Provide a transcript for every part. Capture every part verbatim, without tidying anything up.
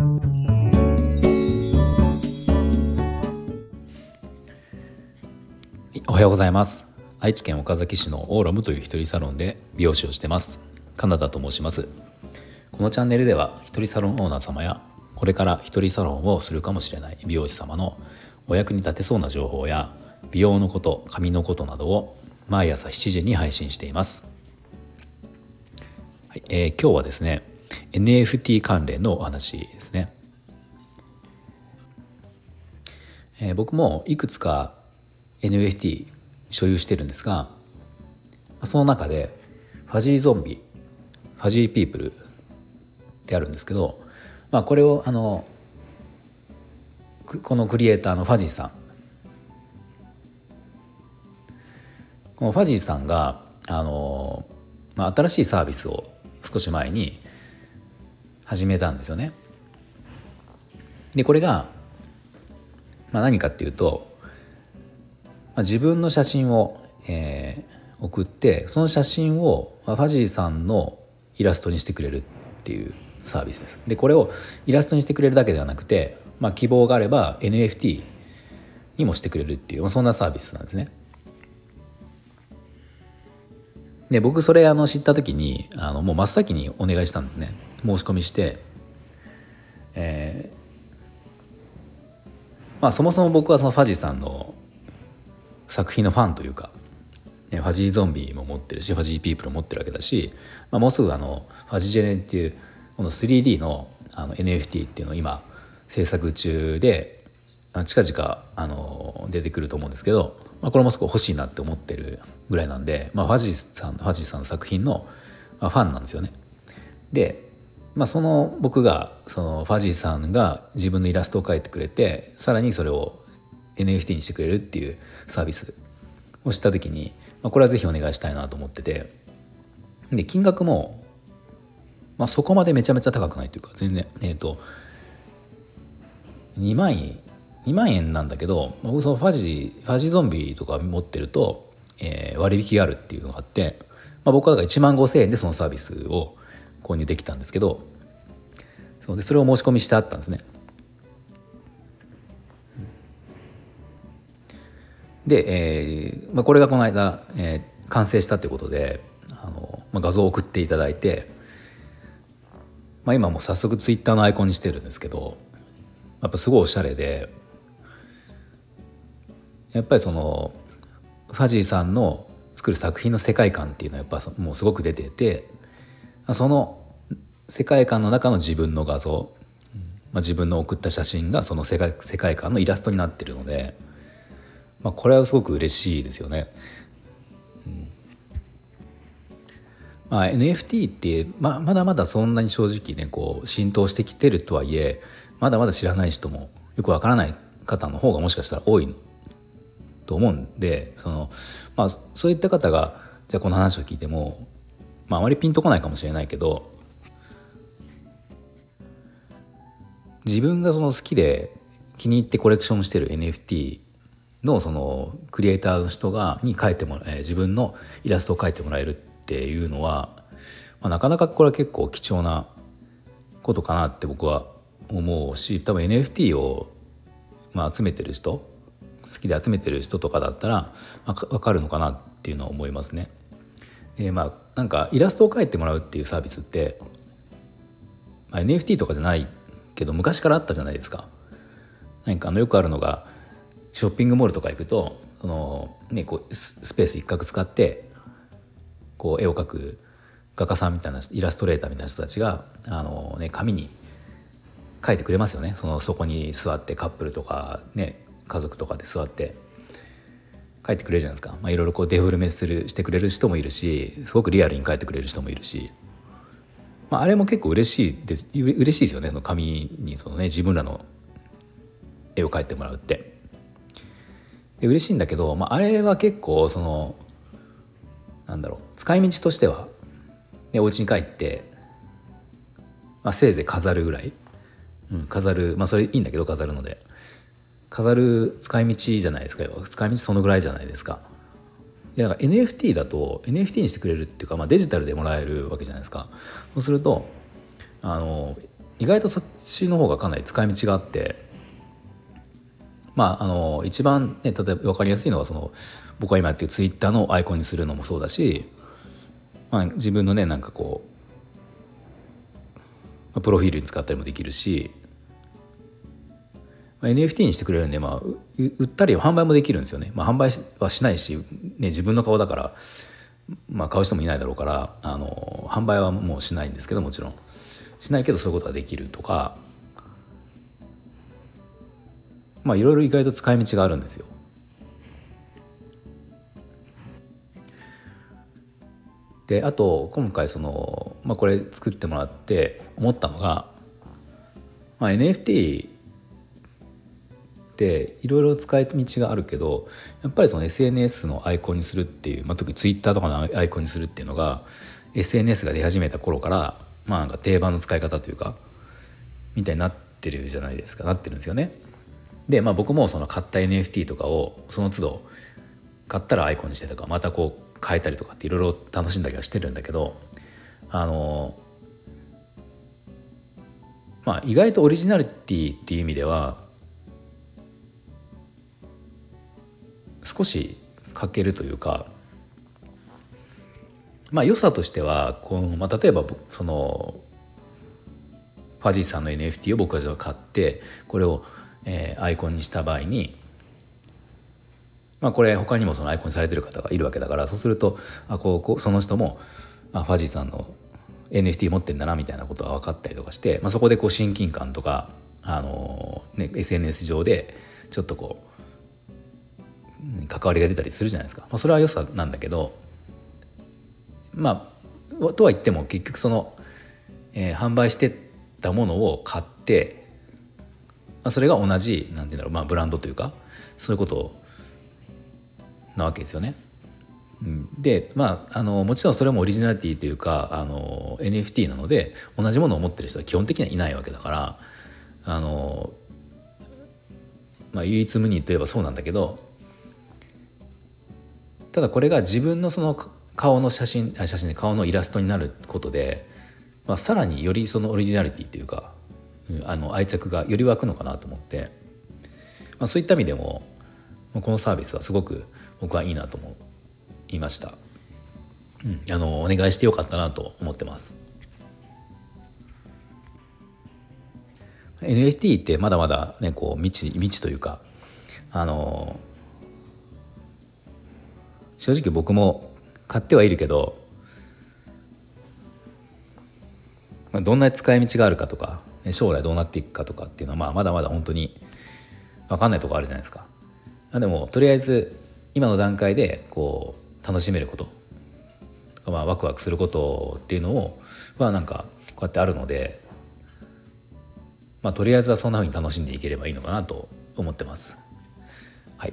おはようございます。愛知県岡崎市のオーラムという一人サロンで美容師をしてます。カナダと申します。このチャンネルでは一人サロンオーナー様やこれから一人サロンをするかもしれない美容師様のお役に立てそうな情報や美容のこと、髪のことなどを毎朝しちじに配信しています。はい、えー、今日はですね エヌエフティー 関連のお話ですね。えー、僕もいくつか エヌエフティー 所有してるんですが、その中でファジーゾンビ、ファジーピープルってあるんですけど、まあ、これをあのこのクリエイターのファジーさん、このファジーさんがあの、まあ、新しいサービスを少し前に始めたんですよね。でこれが、まあ、何かっていうと、まあ、自分の写真を、えー、送ってその写真を、まあ、ファジーさんのイラストにしてくれるっていうサービスです。でこれをイラストにしてくれるだけではなくて、まあ、希望があれば エヌエフティー にもしてくれるっていう、まあ、そんなサービスなんですね。で僕それあの知った時にあのもう真っ先にお願いしたんですね。申し込みして、えーまあ、そもそも僕はそのファジーさんの作品のファンというか、ファジーゾンビも持ってるしファジーピープルも持ってるわけだし、まあ、もうすぐあのファジジェネっていうこの スリーディー の, あの エヌエフティー っていうのを今制作中で近々あの出てくると思うんですけど、まあ、これもすごい欲しいなって思ってるぐらいなんで、まあ、ファジーさんファジーさんの作品のファンなんですよね。で、まあ、その僕がそのファジーさんが自分のイラストを描いてくれてさらにそれを エヌエフティー にしてくれるっていうサービスを知った時に、まあ、これはぜひお願いしたいなと思ってて、で金額も、まあ、そこまでめちゃめちゃ高くないというか全然えっとにまんえんにまんえんなんだけど、僕そのファジファジゾンビとか持ってると、えー、割引があるっていうのがあって、まあ、僕はだからいちまんごせんえんでそのサービスを購入できたんですけど、そうでそれを申し込みしてあったんですね。で、えーまあ、これがこの間、えー、完成したということであの、まあ、画像を送っていただいて、まあ、今もう早速ツイッターのアイコンにしてるんですけど、やっぱすごいおしゃれで、やっぱりそのファジーさんの作る作品の世界観っていうのはやっぱもうすごく出てて、その世界観の中の自分の画像、まあ、自分の送った写真がその世界、世界観のイラストになってるので、まあ、これはすごく嬉しいですよね。うんまあ、エヌエフティー って、まあ、まだまだそんなに正直ねこう浸透してきてるとはいえ、まだまだ知らない人もよくわからない方の方がもしかしたら多いと思うんで、その、まあ、そういった方がじゃあこの話を聞いても、まあ、あまりピンとこないかもしれないけど、自分がその好きで気に入ってコレクションしてる エヌエフティー のそのクリエイターの人がに描いてもらえ自分のイラストを描いてもらえるっていうのは、まあ、なかなかこれは結構貴重なことかなって僕は思うし、多分 エヌエフティー をまあ集めてる人、好きで集めてる人とかだったら、まあ、分かるのかなっていうのは思いますね。でまあなんかイラストを描いてもらうっていうサービスって、まあ、エヌエフティー とかじゃないけど昔からあったじゃないですか。なんかあのよくあるのがショッピングモールとか行くとその、ね、こうスペース一角使ってこう絵を描く画家さんみたいなイラストレーターみたいな人たちがあの、ね、紙に描いてくれますよね。そのそこに座ってカップルとか、ね、家族とかで座って描いてくれるじゃないですか。まあ、いろいろこうデフォルメするしてくれる人もいるし、すごくリアルに描いてくれる人もいるし、まあ、あれも結構嬉しいです嬉しいですよね。その紙にその、ね、自分らの絵を描いてもらうってで嬉しいんだけど、まあ、あれは結構そのなんだろう使い道としては、ね、お家に帰って、まあ、せいぜい飾るぐらい、うん、飾るまあそれいいんだけど飾るので飾る使い道じゃないですか。使い道そのぐらいじゃないですか。いや エヌエフティー だと エヌエフティー にしてくれるっていうか、まあ、デジタルでもらえるわけじゃないですか。そうするとあの意外とそっちの方がかなり使い道があって、まああの一番ね例えば分かりやすいのはその僕が今やってるツイッターのアイコンにするのもそうだし、まあ、自分のねなんかこうプロフィールに使ったりもできるし、まあ、エヌエフティー にしてくれるんで、まあ、売ったり販売もできるんですよね。まあ、販売はしないし、ね、自分の顔だから、まあ、買う人もいないだろうからあの販売はもうしないんですけど、もちろんしないけどそういうことができるとか、まあいろいろ意外と使い道があるんですよ。であと今回その、まあ、これ作ってもらって思ったのが、まあ、エヌエフティー っていろいろ使い道があるけど、やっぱりその エスエヌエス のアイコンにするっていう、まあ、特に Twitter とかのアイコンにするっていうのが エスエヌエス が出始めた頃から、まあ、なんか定番の使い方というかみたいになってるじゃないですか、なってるんですよね。で、まあ、僕もその買った エヌエフティー とかをその都度買ったらアイコンにしてとかまたこう変えたりとかっていろいろ楽しんだりはしてるんだけど、あのまあ意外とオリジナリティっていう意味では少し欠けるというか、まあ良さとしてはこの、まあ、例えばそのファジーさんの エヌエフティー を僕が買ってこれを、えー、アイコンにした場合に、まあ、これ他にもそのアイコンにされてる方がいるわけだから、そうするとあこうこうその人もあファジーさんの エヌエフティー 持ってんだなみたいなことが分かったりとかして、まあ、そこでこう親近感とか、あのーね、エスエヌエス 上でちょっとこう関わりが出たりするじゃないですか。まあ、それは良さなんだけど、まあとは言っても結局その、えー、販売してたものを買って、まあ、それが同じなんていうんだろう、まあ、ブランドというかそういうことなわけですよね。うん、でまああのもちろんそれもオリジナリティというかあの エヌエフティー なので同じものを持ってる人は基本的にはいないわけだから、あの、まあ、唯一無二といえばそうなんだけど、ただこれが自分のその顔の写真写真で顔のイラストになることで、まあ、さらによりそのオリジナリティというか、うん、あの愛着がより湧くのかなと思って、まあ、そういった意味でもこのサービスはすごく僕はいいなと思いました。うん、あのお願いしてよかったなと思ってます。 エヌエフティー ってまだまだねこう未知未知というか、あの正直僕も買ってはいるけど、どんな使い道があるかとか将来どうなっていくかとかっていうのは、まあ、まだまだ本当に分かんないところあるじゃないですか。でもとりあえず今の段階でこう楽しめることとか、まあ、ワクワクすることっていうのをはなんかこうやってあるので、まあ、とりあえずはそんな風に楽しんでいければいいのかなと思ってます。はい。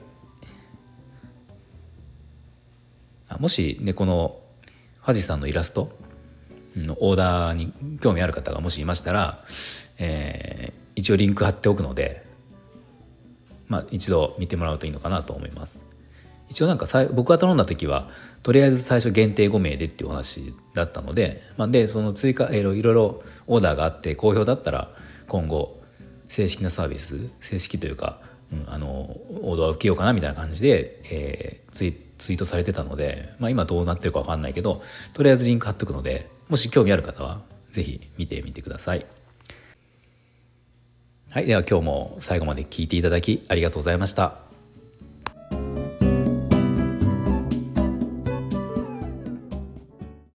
もしねこのファジさんのイラストのオーダーに興味ある方がもしいましたら、えー、一応リンク貼っておくので、まあ、一度見てもらうといいのかなと思います。一応なんかさ僕が頼んだ時はとりあえず最初限定ご名でっていうお話だったので、まあ、でその追加、えー、いろいろオーダーがあって好評だったら今後正式なサービス正式というか、うん、あのオーダーを受けようかなみたいな感じで、えー、ツイツイートされてたので、まあ、今どうなってるか分かんないけどとりあえずリンク貼っとくので、もし興味ある方はぜひ見てみてください。はい、では今日も最後まで聞いていただきありがとうございました。